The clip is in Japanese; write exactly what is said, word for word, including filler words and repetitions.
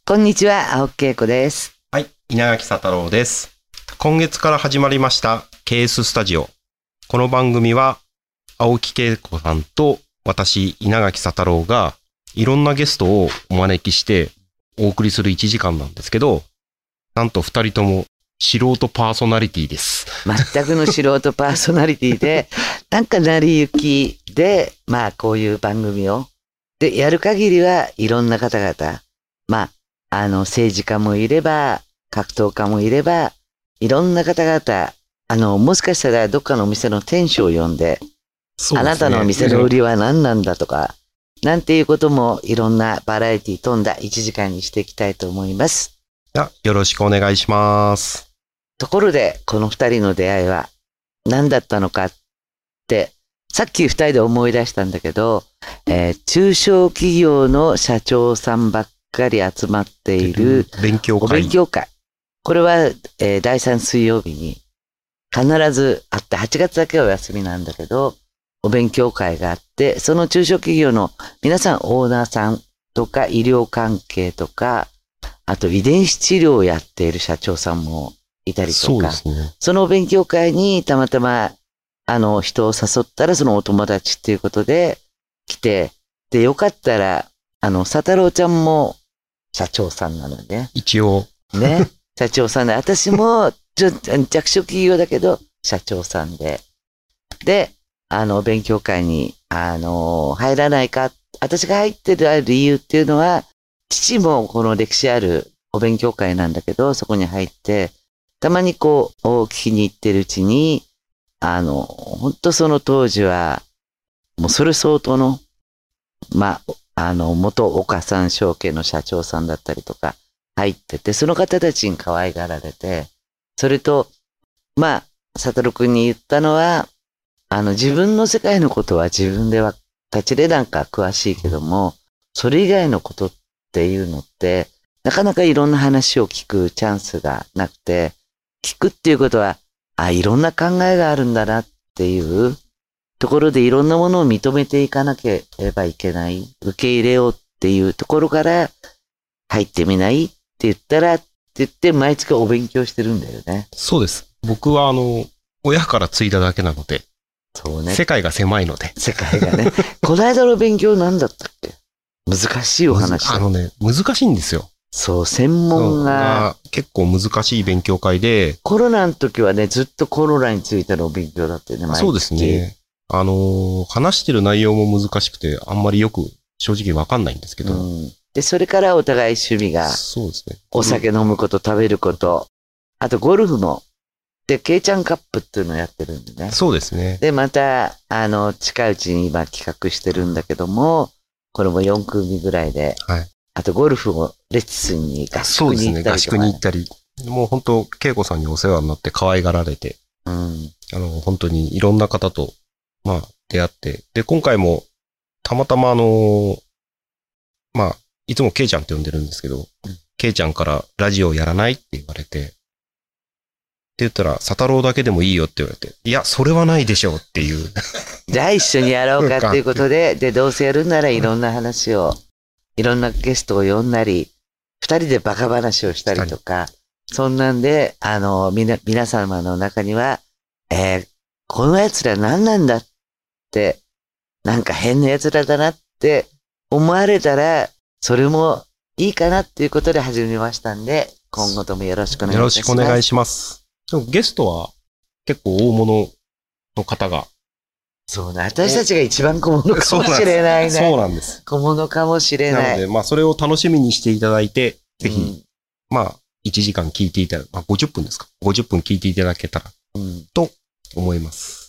こんにちは、青木恵子です。 はい、稲垣佐太郎です。今月から始まりました ケーエス スタジオ。この番組は青木恵子さんと私稲垣佐太郎がいろんなゲストをお招きしてお送りするいちじかんなんですけど、なんとふたりとも素人パーソナリティです。 全くの素人パーソナリティで、なんか成り行きで、まあこういう番組を、で、やる限りはいろんな方々、まあ、あの政治家もいれば、格闘家もいれば、いろんな方々、あの、もしかしたらどっかのお店の店主を呼んで、そうですね、あなたのお店の売りは何なんだとか、なんていうこともいろんなバラエティ飛んだいちじかんにしていきたいと思います。 あ、よろしくお願いします。 ところで、この二人の出会いは何だったのかって、さっき二人で思い出したんだけど、えー、中小企業の社長さんばっかり集まっている勉強会。 お勉強会。これは、えー、だいさん水曜日に必ずあって、はちがつだけはお休みなんだけど、お勉強会があって、その中小企業の皆さんオーナーさんとか医療関係とか、あと遺伝子治療をやっている社長さんもいたりとか、そうですね、そのお勉強会にたまたまあの人を誘ったらそのお友達っていうことで来て、で、よかったら、あの、佐太郎ちゃんも社長さんなのね。 一応。 ね。社長さんで、私もちょ弱小企業だけど社長さんで。で、あの、勉強会に、あの、入らないか。私が入ってる理由っていうのは、父もこの歴史あるお勉強会なんだけど、そこに入って、たまにこう、聞きに行ってるうちに、あの、本当その当時は、もうそれ相当の、まあ、あの、元岡三証券の社長さんだったりとか入ってて、その方たちに可愛がられて、それと、まあ、佐太郎くんに言ったのは、あの、自分の世界のことは自分では、立ちでなんか詳しいけども、それ以外のことっていうのって、なかなかいろんな話を聞くチャンスがなくて、聞くっていうことは、あ、いろんな考えがあるんだなっていうところでいろんなものを認めていかなければいけない、受け入れようっていうところから入ってみないって言ったらって言って毎月お勉強してるんだよね。 そうです。僕はあの、親から継いだだけなので、そうね。世界が狭いので。 世界がね。この間の勉強何だったっけ？難しいお話。 あのね、難しいんですよ。 そう、専門が。 結構難しい勉強会で。 コロナの時はね、ずっとコロナについてのお勉強だったよね、毎月。 そうですね。あのー、話してる内容も難しくて、あんまりよく正直わかんないんですけど。うん、 で、それからお互い趣味が。 そうですね。 お酒飲むこと、食べること、あとゴルフも。で、ケイちゃんカップっていうのをやってるんでね。 そうですね。 で、また、あの、近いうちに今企画してるんだけども、これもよん組ぐらいで。はい。あと、ゴルフをレッスンに合宿に行ったりとか、ね。そうですね。合宿に行ったり。 もう本当、恵子さんにお世話になって可愛がられて。うん。あの、本当にいろんな方と、まあ、出会って。で、今回も、たまたまあの、まあ、いつもケイちゃんって呼んでるんですけど、うん、ケイちゃんからラジオやらないって言われて、って言ったら、佐太郎だけでもいいよって言われて、いや、それはないでしょうっていう。 じゃあ一緒にやろうかっていうことで、で、どうせやるならいろんな話を、いろんなゲストを呼んだり、二人でバカ話をしたりとか、そんなんで、あの、みな、皆様の中には、えー、この奴ら何なんだって、なんか変な奴らだなって思われたら、それもいいかなっていうことで始めましたんで、今後ともよろしくお願いします。 よろしくお願いします。でもゲストは結構大物の方が。 そうね。私たちが一番小物かもしれないね。 そうなんです。 小物かもしれない。 なので、まあ、それを楽しみにしていただいて、ぜひ、うん、まあ、いちじかん聞いていただ、まあ、ごじゅっぷんですか。ごじゅっぷん聞いていただけたら、うん、と思います。